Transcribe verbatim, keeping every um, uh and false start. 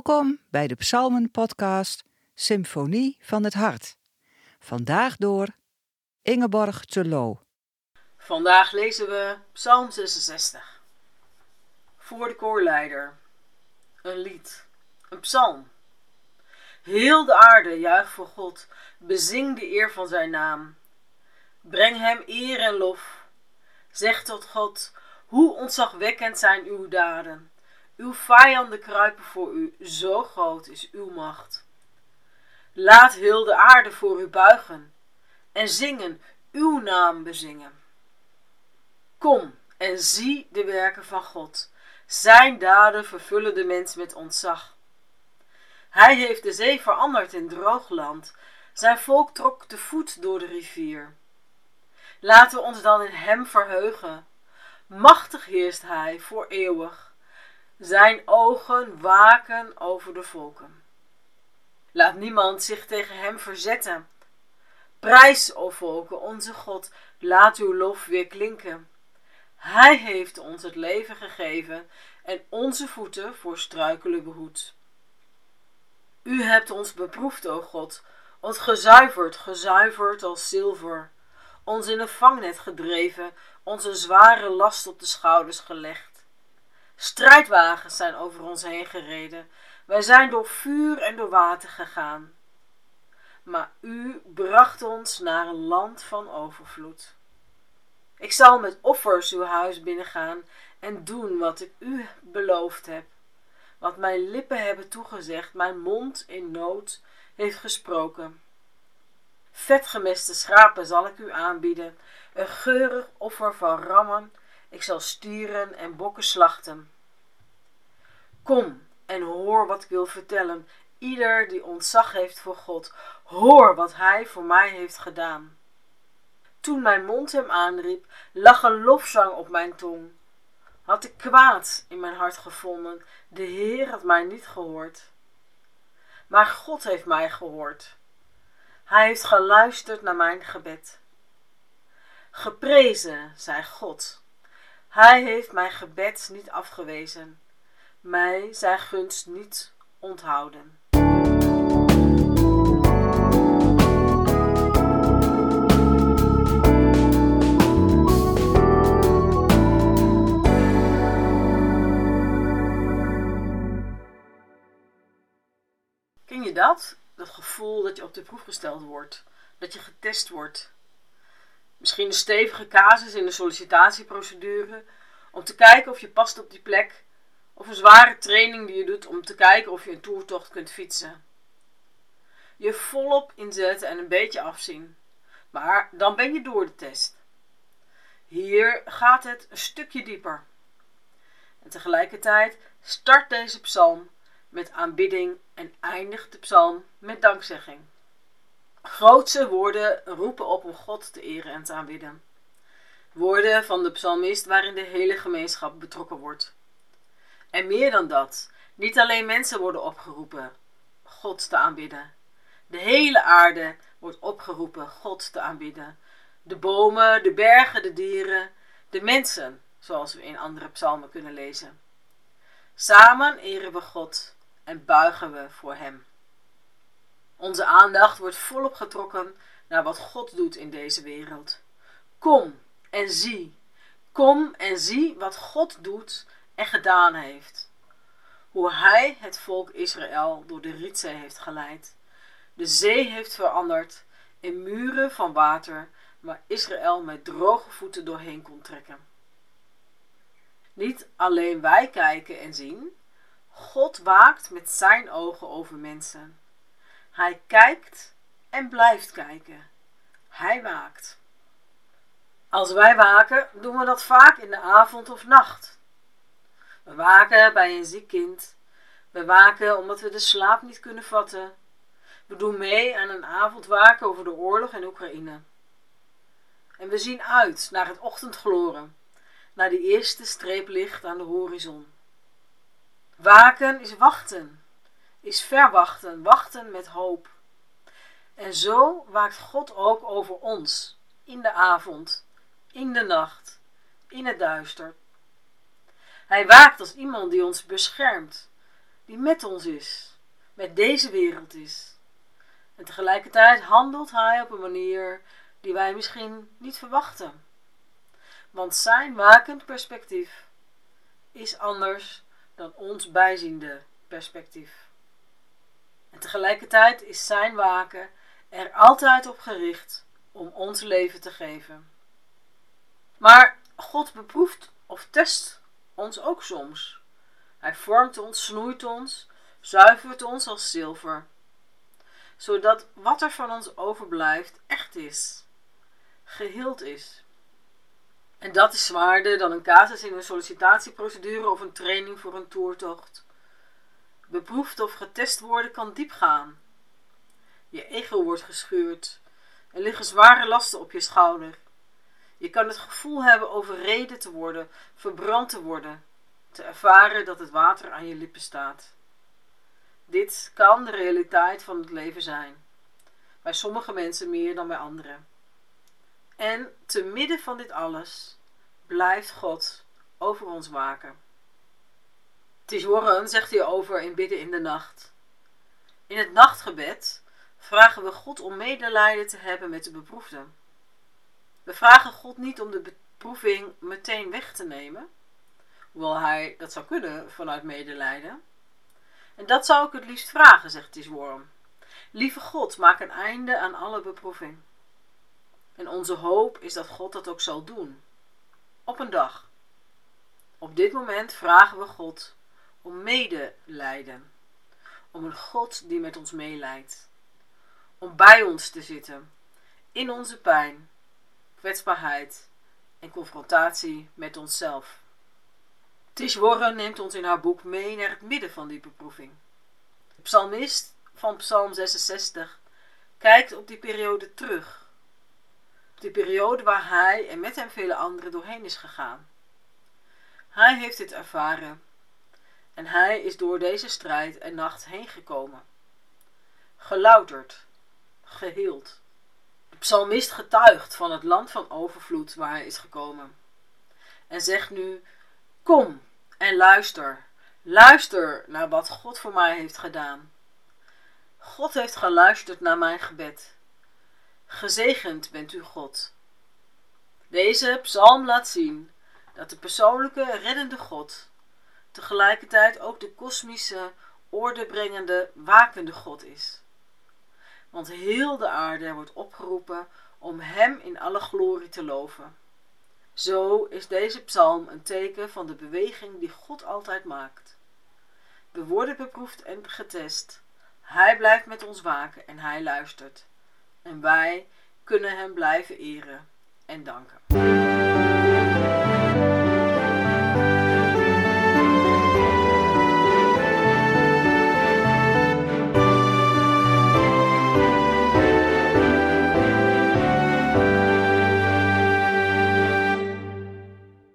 Welkom bij de Psalmen-podcast Symfonie van het Hart. Vandaag door Ingeborg Terlouw. Vandaag lezen we Psalm zesenzestig. Voor de koorleider. Een lied. Een psalm. Heel de aarde juicht voor God. Bezing de eer van zijn naam. Breng hem eer en lof. Zeg tot God, hoe ontzagwekkend zijn uw daden. Uw vijanden kruipen voor u, zo groot is uw macht. Laat heel de aarde voor u buigen en zingen, uw naam bezingen. Kom en zie de werken van God. Zijn daden vervullen de mens met ontzag. Hij heeft de zee veranderd in droog land. Zijn volk trok te voet door de rivier. Laten we ons dan in hem verheugen. Machtig heerst hij voor eeuwig. Zijn ogen waken over de volken. Laat niemand zich tegen hem verzetten. Prijs, o volken, onze God, laat uw lof weer klinken. Hij heeft ons het leven gegeven en onze voeten voor struikelen behoed. U hebt ons beproefd, o God, ons gezuiverd, gezuiverd als zilver, ons in een vangnet gedreven, onze zware last op de schouders gelegd. Strijdwagens zijn over ons heen gereden, wij zijn door vuur en door water gegaan. Maar u bracht ons naar een land van overvloed. Ik zal met offers uw huis binnengaan en doen wat ik u beloofd heb. Wat mijn lippen hebben toegezegd, mijn mond in nood heeft gesproken. Vetgemeste schapen zal ik u aanbieden, een geurig offer van rammen. Ik zal stieren en bokken slachten. Kom en hoor wat ik wil vertellen. Ieder die ontzag heeft voor God, hoor wat hij voor mij heeft gedaan. Toen mijn mond hem aanriep, lag een lofzang op mijn tong. Had ik kwaad in mijn hart gevonden, de Heer had mij niet gehoord. Maar God heeft mij gehoord. Hij heeft geluisterd naar mijn gebed. Geprezen zij God. Hij heeft mijn gebed niet afgewezen, mij zijn gunst niet onthouden. Ken je dat? Dat gevoel dat je op de proef gesteld wordt, dat je getest wordt. Misschien een stevige casus in de sollicitatieprocedure, om te kijken of je past op die plek, of een zware training die je doet om te kijken of je een toertocht kunt fietsen. Je volop inzetten en een beetje afzien, maar dan ben je door de test. Hier gaat het een stukje dieper. En tegelijkertijd start deze psalm met aanbidding en eindigt de psalm met dankzegging. Grootse woorden roepen op om God te eren en te aanbidden. Woorden van de psalmist waarin de hele gemeenschap betrokken wordt. En meer dan dat, niet alleen mensen worden opgeroepen God te aanbidden. De hele aarde wordt opgeroepen God te aanbidden. De bomen, de bergen, de dieren, de mensen, zoals we in andere psalmen kunnen lezen. Samen eren we God en buigen we voor hem. Onze aandacht wordt volop getrokken naar wat God doet in deze wereld. Kom en zie. Kom en zie wat God doet en gedaan heeft. Hoe hij het volk Israël door de Rietzee heeft geleid. De zee heeft veranderd in muren van water waar Israël met droge voeten doorheen kon trekken. Niet alleen wij kijken en zien. God waakt met zijn ogen over mensen. Hij kijkt en blijft kijken. Hij waakt. Als wij waken, doen we dat vaak in de avond of nacht. We waken bij een ziek kind. We waken omdat we de slaap niet kunnen vatten. We doen mee aan een avondwaken over de oorlog in Oekraïne. En we zien uit naar het ochtendgloren, naar die eerste streep licht aan de horizon. Waken is wachten, is verwachten, wachten met hoop. En zo waakt God ook over ons, in de avond, in de nacht, in het duister. Hij waakt als iemand die ons beschermt, die met ons is, met deze wereld is. En tegelijkertijd handelt hij op een manier die wij misschien niet verwachten. Want zijn wakend perspectief is anders dan ons bijziende perspectief. En tegelijkertijd is zijn waken er altijd op gericht om ons leven te geven. Maar God beproeft of test ons ook soms. Hij vormt ons, snoeit ons, zuivert ons als zilver. Zodat wat er van ons overblijft echt is, geheeld is. En dat is zwaarder dan een casus in een sollicitatieprocedure of een training voor een toertocht. Beproefd of getest worden kan diep gaan. Je ego wordt geschuurd. Er liggen zware lasten op je schouder. Je kan het gevoel hebben overreden te worden, verbrand te worden, te ervaren dat het water aan je lippen staat. Dit kan de realiteit van het leven zijn. Bij sommige mensen meer dan bij anderen. En te midden van dit alles blijft God over ons waken. Tish Warren zegt hierover in Bidden in de Nacht. In het nachtgebed vragen we God om medelijden te hebben met de beproefde. We vragen God niet om de beproeving meteen weg te nemen, hoewel hij dat zou kunnen vanuit medelijden. En dat zou ik het liefst vragen, zegt Tish Warren. Lieve God, maak een einde aan alle beproeving. En onze hoop is dat God dat ook zal doen. Op een dag. Op dit moment vragen we God om medelijden. Om een God die met ons meelijdt. Om bij ons te zitten. In onze pijn, kwetsbaarheid en confrontatie met onszelf. Tish Warren neemt ons in haar boek mee naar het midden van die beproeving. De psalmist van Psalm zesenzestig kijkt op die periode terug. Die periode waar hij en met hem vele anderen doorheen is gegaan. Hij heeft dit ervaren. En hij is door deze strijd en nacht heen gekomen. Gelouterd. Geheeld. De psalmist getuigt van het land van overvloed waar hij is gekomen. En zegt nu, kom en luister. Luister naar wat God voor mij heeft gedaan. God heeft geluisterd naar mijn gebed. Gezegend bent u God. Deze psalm laat zien dat de persoonlijke reddende God tegelijkertijd ook de kosmische, ordebrengende, wakende God is. Want heel de aarde wordt opgeroepen om hem in alle glorie te loven. Zo is deze psalm een teken van de beweging die God altijd maakt. We worden beproefd en getest. Hij blijft met ons waken en hij luistert. En wij kunnen hem blijven eren en danken.